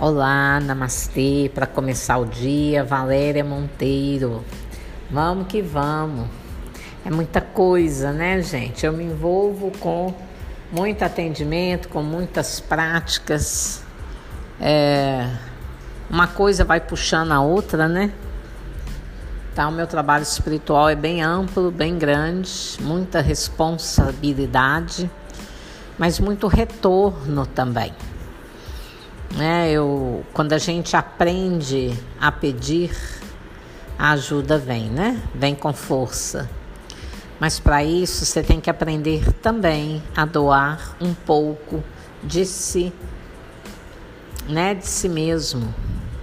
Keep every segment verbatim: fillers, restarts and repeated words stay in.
Olá, namastê, para começar o dia, Valéria Monteiro. Vamos que vamos. É muita coisa, né, gente? Eu me envolvo com muito atendimento, com muitas práticas. É, uma coisa vai puxando a outra, né? Então, o meu trabalho espiritual é bem amplo, bem grande, muita responsabilidade, mas muito retorno também. É, eu, quando a gente aprende a pedir, a ajuda vem, né? Vem com força. Mas para isso você tem que aprender também a doar um pouco de si, né? De si mesmo.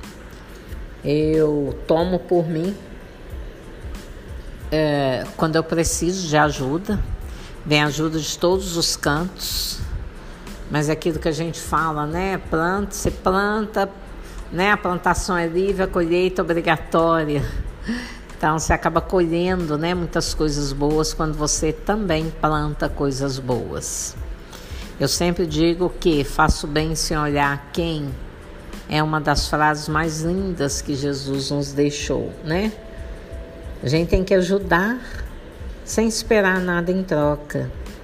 Eu tomo por mim é, quando eu preciso de ajuda, vem ajuda de todos os cantos. Mas é aquilo que a gente fala, né? Planta, você planta, né? A plantação é livre, a colheita é obrigatória. Então, você acaba colhendo, né, muitas coisas boas quando você também planta coisas boas. Eu sempre digo que faço bem sem olhar quem é uma das frases mais lindas que Jesus nos deixou, né? A gente tem que ajudar sem esperar nada em troca.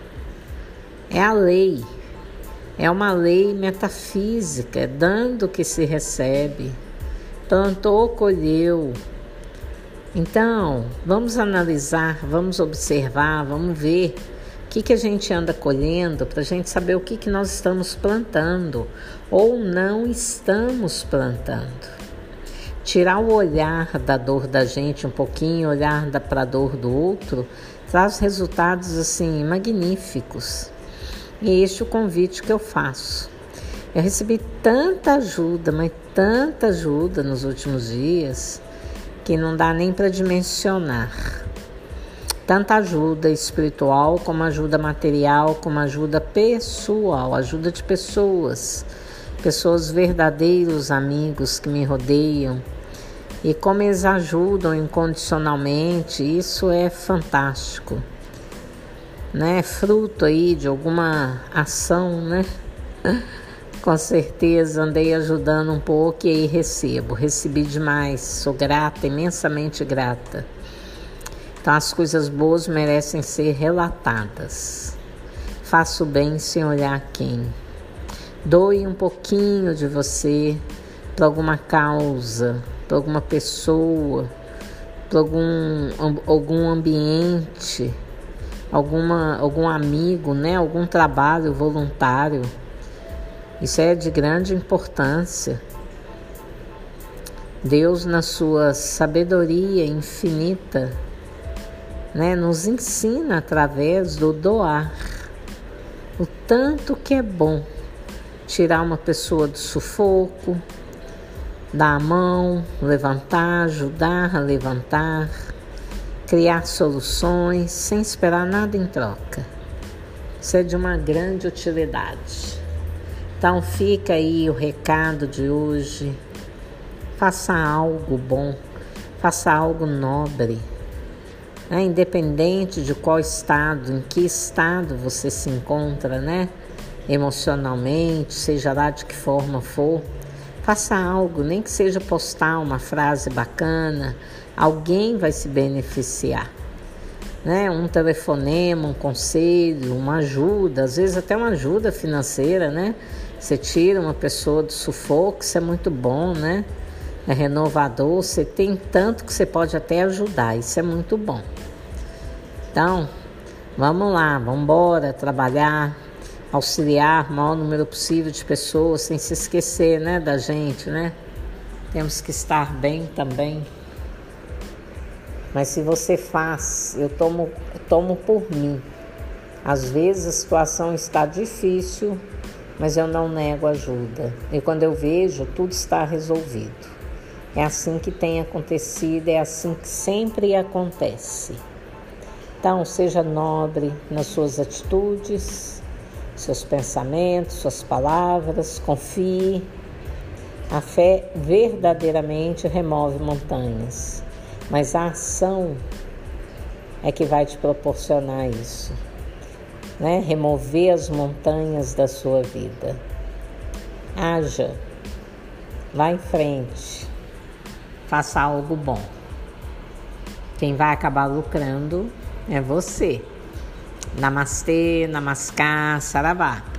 É a lei. É uma lei metafísica, é dando que se recebe. Plantou, colheu. Então, vamos analisar, vamos observar, vamos ver o que, que a gente anda colhendo para a gente saber o que, que nós estamos plantando ou não estamos plantando. Tirar o olhar da dor da gente um pouquinho, olhar para a dor do outro, traz resultados assim magníficos. E este é o convite que eu faço. Eu recebi tanta ajuda, mas tanta ajuda nos últimos dias, que não dá nem para dimensionar. Tanta ajuda espiritual, como ajuda material, como ajuda pessoal, ajuda de pessoas, pessoas verdadeiros amigos que me rodeiam. E como eles ajudam incondicionalmente, isso é fantástico. Né, fruto aí de alguma ação, né? Com certeza andei ajudando um pouco e aí recebo, recebi demais, sou grata, imensamente grata. Então as coisas boas merecem ser relatadas. Faço bem sem olhar quem. Doe um pouquinho de você para alguma causa, para alguma pessoa, para algum, algum ambiente, Alguma, algum amigo, né? Algum trabalho voluntário. Isso é de grande importância. Deus, na sua sabedoria infinita, né, nos ensina através do doar. O tanto que é bom tirar uma pessoa do sufoco, dar a mão, levantar, ajudar a levantar, criar soluções sem esperar nada em troca. Isso é de uma grande utilidade. Então fica aí o recado de hoje. Faça algo bom, faça algo nobre. Né? Independente de qual estado, em que estado você se encontra, né? Emocionalmente, seja lá de que forma for, faça algo, nem que seja postar uma frase bacana. Alguém vai se beneficiar, né? Um telefonema, um conselho, uma ajuda, às vezes até uma ajuda financeira, né? Você tira uma pessoa do sufoco, isso é muito bom, né? É renovador, você tem tanto que você pode até ajudar, isso é muito bom. Então, vamos lá, vamos embora trabalhar, auxiliar o maior número possível de pessoas, sem se esquecer, né, da gente, né? Temos que estar bem também. Mas se você faz, eu tomo, tomo por mim. Às vezes a situação está difícil, mas eu não nego ajuda. E quando eu vejo, tudo está resolvido. É assim que tem acontecido, é assim que sempre acontece. Então, seja nobre nas suas atitudes, seus pensamentos, suas palavras, confie. A fé verdadeiramente remove montanhas. Mas a ação é que vai te proporcionar isso, né? Remover as montanhas da sua vida. Haja, Vá em frente. Faça algo bom. Quem vai acabar lucrando é você. Namastê, namaskar, saravá.